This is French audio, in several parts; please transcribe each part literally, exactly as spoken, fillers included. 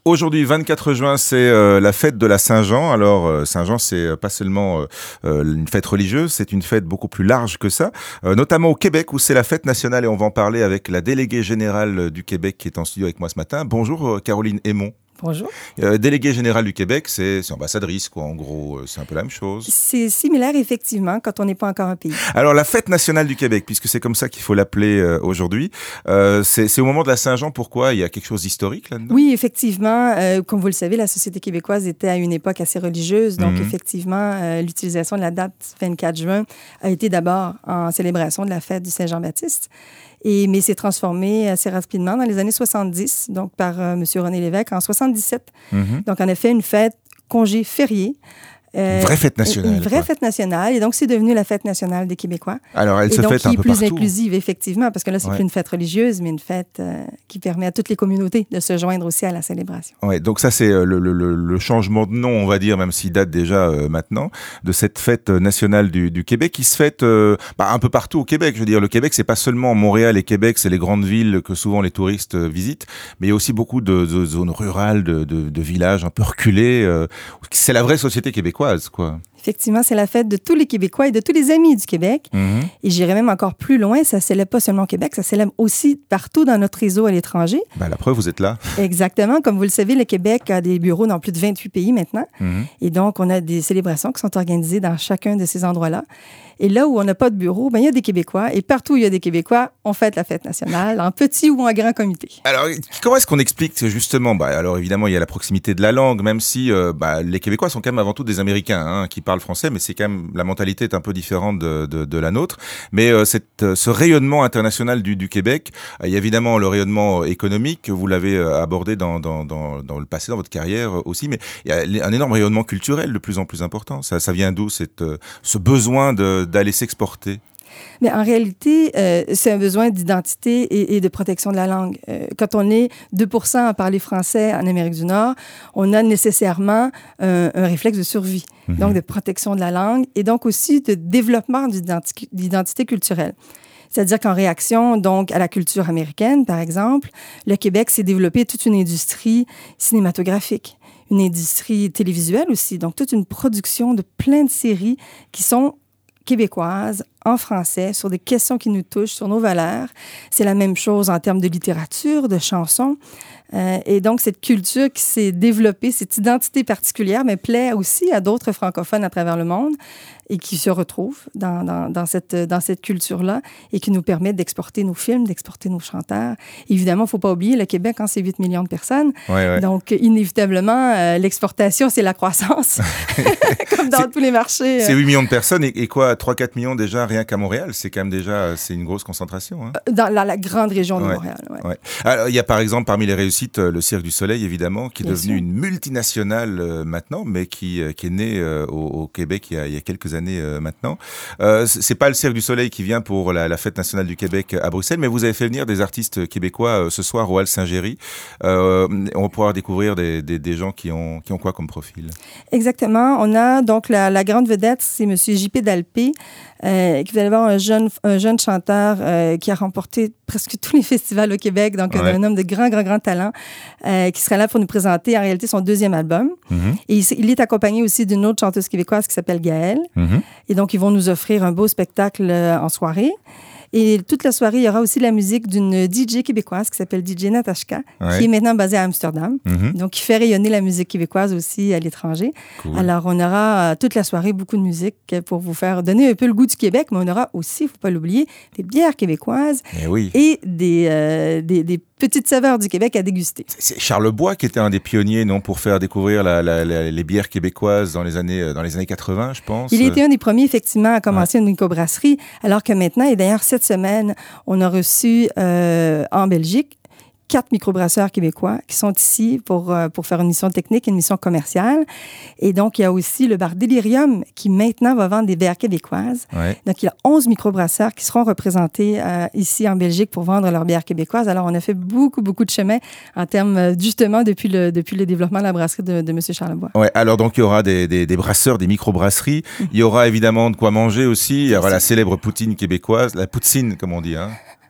Aujourd'hui, vingt-quatre juin, c'est euh, la fête de la Saint-Jean. Alors, euh, Saint-Jean, c'est euh, pas seulement euh, une fête religieuse, c'est une fête beaucoup plus large que ça, euh, notamment au Québec où c'est la fête nationale et on va en parler avec la déléguée générale du Québec qui est en studio avec moi ce matin. Bonjour euh, Caroline Aymon. Bonjour. Euh, déléguée générale du Québec, c'est, c'est ambassadrice, quoi. En gros, c'est un peu la même chose. C'est similaire, effectivement, quand on n'est pas encore un pays. Alors, la fête nationale du Québec, puisque c'est comme ça qu'il faut l'appeler euh, aujourd'hui, euh, c'est, c'est au moment de la Saint-Jean. Pourquoi? Il y a quelque chose d'historique là-dedans? Oui, effectivement. Euh, comme vous le savez, la société québécoise était à une époque assez religieuse. Donc, mmh. effectivement, euh, l'utilisation de la date vingt-quatre juin a été d'abord en célébration de la fête du Saint-Jean-Baptiste. Et, mais c'est transformé assez rapidement dans les années soixante-dix, donc par euh, M. René Lévesque en soixante-dix-sept. Mm-hmm. Donc, en effet, une fête congé férié. Euh, une vraie fête nationale. Une vraie quoi. fête nationale. Et donc, c'est devenu la fête nationale des Québécois. Alors, elle et se donc, fête un peu partout. qui est plus inclusive, effectivement, parce que là, c'est ouais. plus une fête religieuse, mais une fête euh, qui permet à toutes les communautés de se joindre aussi à la célébration. Oui, donc ça, c'est le, le, le, le changement de nom, on va dire, même s'il date déjà euh, maintenant, de cette fête nationale du, du Québec qui se fête euh, bah, un peu partout au Québec. Je veux dire, le Québec, c'est pas seulement Montréal et Québec, c'est les grandes villes que souvent les touristes euh, visitent, mais il y a aussi beaucoup de, de zones rurales, de, de, de villages un peu reculés. Euh, c'est la vraie société québécoise, quoi. Effectivement, c'est la fête de tous les Québécois et de tous les amis du Québec. Mmh. Et j'irais même encore plus loin, ça ne célèbre pas seulement au Québec, ça célèbre aussi partout dans notre réseau à l'étranger. Ben, la preuve, vous êtes là. Exactement. Comme vous le savez, le Québec a des bureaux dans plus de vingt-huit pays maintenant. Mmh. Et donc, on a des célébrations qui sont organisées dans chacun de ces endroits-là. Et là où on n'a pas de bureau, ben, il y a des Québécois. Et partout où il y a des Québécois, on fête la fête nationale, en petit ou en grand comité. Alors, comment est-ce qu'on explique que justement, bah, alors évidemment, il y a la proximité de la langue, même si euh, bah, les Québécois sont quand même avant tout des Américains hein, qui parlent français, mais c'est quand même, la mentalité est un peu différente de, de, de la nôtre. Mais euh, cette, euh, ce rayonnement international du, du Québec, euh, il y a évidemment le rayonnement économique, vous l'avez euh, abordé dans, dans, dans, dans le passé, dans votre carrière euh, aussi, mais il y a un énorme rayonnement culturel de plus en plus important. Ça, ça vient d'où cette, euh, ce besoin de, d'aller s'exporter? Mais en réalité, euh, c'est un besoin d'identité et, et de protection de la langue. Euh, quand on est deux pour cent à parler français en Amérique du Nord, on a nécessairement euh, un réflexe de survie, mm-hmm. donc de protection de la langue et donc aussi de développement d'identi- d'identité culturelle. C'est-à-dire qu'en réaction donc à la culture américaine, par exemple, le Québec s'est développé toute une industrie cinématographique, une industrie télévisuelle aussi, donc toute une production de plein de séries qui sont québécoises, en français, sur des questions qui nous touchent, sur nos valeurs. C'est la même chose en termes de littérature, de chansons. Euh, et donc, cette culture qui s'est développée, cette identité particulière, mais plaît aussi à d'autres francophones à travers le monde et qui se retrouvent dans, dans, dans, cette, dans cette culture-là et qui nous permet d'exporter nos films, d'exporter nos chanteurs. Évidemment, il ne faut pas oublier, le Québec, hein, c'est huit millions de personnes. Ouais, ouais. Donc, inévitablement, euh, l'exportation, c'est la croissance, comme dans c'est, tous les marchés. C'est huit millions de personnes et, et quoi, trois à quatre millions déjà rien qu'à Montréal? C'est quand même déjà c'est une grosse concentration. Hein? Dans la, la grande région de ouais, Montréal, oui. Ouais. Alors, il y a par exemple, parmi les réussites, le Cirque du Soleil, évidemment, qui est Bien devenu sûr. une multinationale euh, maintenant, mais qui, euh, qui est née euh, au, au Québec il y, a, il y a quelques années euh, maintenant. Euh, c'est pas le Cirque du Soleil qui vient pour la, la fête nationale du Québec à Bruxelles, mais vous avez fait venir des artistes québécois euh, ce soir au Hall Saint-Géry. Euh, on va pouvoir découvrir des, des, des gens qui ont, qui ont quoi comme profil? Exactement. On a donc la, la grande vedette, c'est M. J P Dalpé, euh, qui va avoir un jeune, un jeune chanteur euh, qui a remporté presque tous les festivals au Québec, donc ouais. un homme de grand, grand, grand talent, euh, qui sera là pour nous présenter en réalité son deuxième album. Mm-hmm. Et il, il est accompagné aussi d'une autre chanteuse québécoise qui s'appelle Gaëlle. Mm-hmm. Et donc, ils vont nous offrir un beau spectacle euh, en soirée. Et toute la soirée, il y aura aussi la musique d'une D J québécoise qui s'appelle D J Natashka, ouais. qui est maintenant basée à Amsterdam. Mm-hmm. Donc, qui fait rayonner la musique québécoise aussi à l'étranger. Cool. Alors, on aura euh, toute la soirée beaucoup de musique pour vous faire donner un peu le goût du Québec, mais on aura aussi, il ne faut pas l'oublier, des bières québécoises et, oui. et des, euh, des, des petites saveurs du Québec à déguster. C'est Charles Bois qui était un des pionniers, non, pour faire découvrir la, la, la, les bières québécoises dans les années, dans les années quatre-vingts, je pense. Il était un des premiers, effectivement, à commencer ouais. une microbrasserie, alors que maintenant, et d'ailleurs, cette semaine, on a reçu euh, en Belgique quatre microbrasseurs québécois qui sont ici pour, euh, pour faire une mission technique, une mission commerciale. Et donc, il y a aussi le bar Delirium qui maintenant va vendre des bières québécoises. Ouais. Donc, il y a onze microbrasseurs qui seront représentés euh, ici en Belgique pour vendre leurs bières québécoises. Alors, on a fait beaucoup, beaucoup de chemin en termes, justement, depuis le, depuis le développement de la brasserie de, de M. Charlebois. Ouais, alors, donc, il y aura des, des, des brasseurs, des microbrasseries. Il y aura évidemment de quoi manger aussi. Il y aura la célèbre poutine québécoise, la poutine, comme on dit, hein.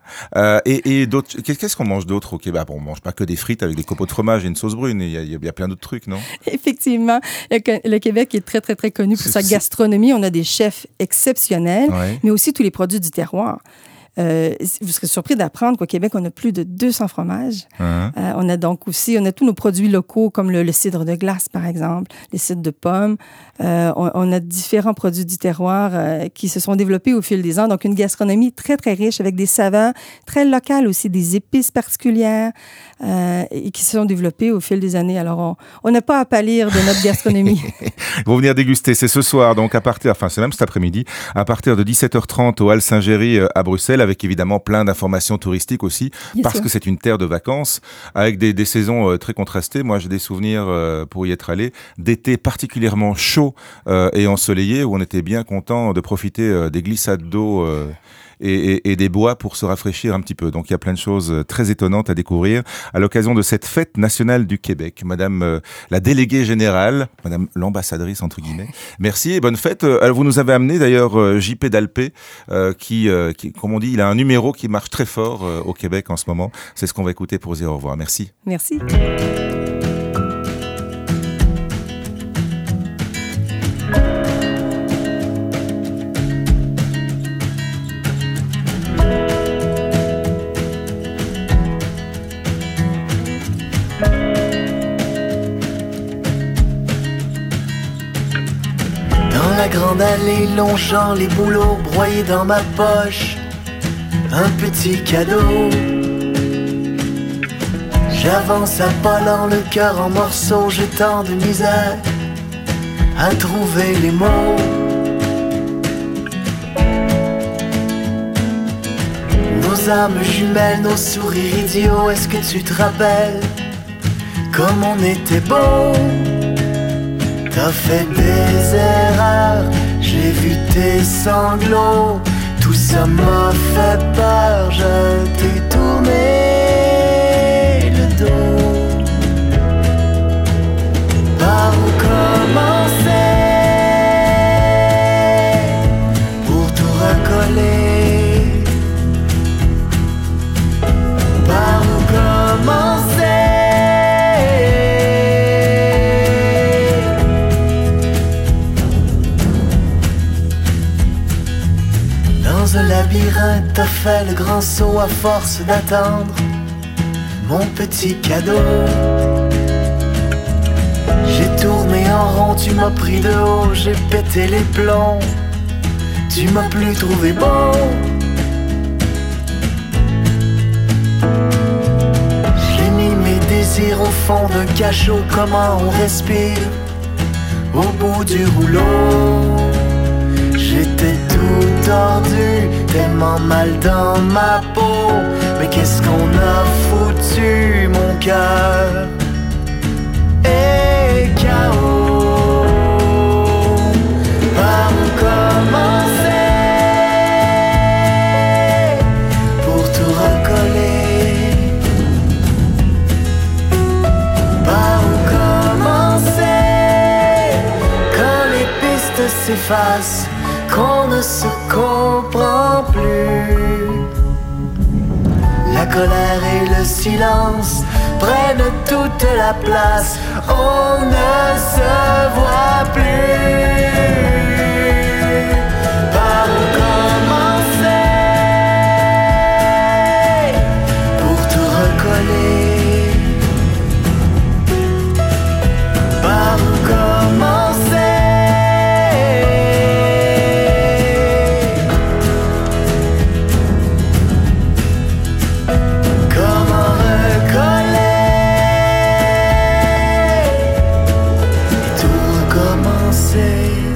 Euh, et, et d'autres, qu'est-ce qu'on mange d'autre au Québec? Bon, on mange pas que des frites avec des copeaux de fromage et une sauce brune. Il y a, il y a plein d'autres trucs, non? Effectivement. Le, le Québec est très, très, très connu pour sa gastronomie. On a des chefs exceptionnels, ouais. mais aussi tous les produits du terroir. Euh, vous serez surpris d'apprendre qu'au Québec, on a plus de deux cents fromages. Uh-huh. Euh, on a donc aussi, on a tous nos produits locaux, comme le, le cidre de glace, par exemple, les cidres de pommes. Euh, on, on a différents produits du terroir euh, qui se sont développés au fil des ans. Donc, une gastronomie très, très riche avec des saveurs très locales aussi, des épices particulières euh, et qui se sont développées au fil des années. Alors, on n'a pas à pâlir de notre gastronomie. Ils vont venir déguster. C'est ce soir, donc à partir, enfin, c'est même cet après-midi, à partir de dix-sept heures trente au Hall Saint-Géry à Bruxelles, avec évidemment plein d'informations touristiques aussi, Bien parce sûr. que c'est une terre de vacances, avec des, des saisons euh, très contrastées. Moi, j'ai des souvenirs, euh, pour y être allé, d'été particulièrement chaud euh, et ensoleillé, où on était bien content de profiter euh, des glissades d'eau euh, et, et, et des bois pour se rafraîchir un petit peu. Donc, il y a plein de choses très étonnantes à découvrir à l'occasion de cette fête nationale du Québec. Madame euh, la déléguée générale, Madame l'ambassadrice, entre guillemets, merci et bonne fête. Euh, vous nous avez amené d'ailleurs euh, J P Dalpé, euh, qui, euh, qui, comme on dit, il a un numéro qui marche très fort euh, au Québec en ce moment. C'est ce qu'on va écouter pour dire au revoir. Merci. Merci. Grande allée longeant les bouleaux broyés dans ma poche, un petit cadeau. J'avance à pas lent, le cœur en morceaux, j'ai tant de misère à trouver les mots. Nos âmes jumelles, nos sourires idiots, est-ce que tu te rappelles comme on était beau? T'as fait des erreurs, j'ai vu tes sanglots. Tout ça m'a fait peur, je t'ai tourné le dos. Par où commencer pour tout recoller? Par où commencer? Un labyrinthe, t'as fait le grand saut à force d'attendre mon petit cadeau. J'ai tourné en rond, tu m'as pris de haut, j'ai pété les plombs, tu m'as plus trouvé bon. J'ai mis mes désirs au fond d'un cachot, comment on respire au bout du rouleau. J'étais tout tordu, tellement mal dans ma peau. Mais qu'est-ce qu'on a foutu, mon cœur est K O. Par où commencer pour tout recoller? Par où commencer quand les pistes s'effacent, qu'on ne se comprend plus? La colère et le silence prennent toute la place, on ne se voit plus. Par où commencer pour tout recoller? Par où commencer? Say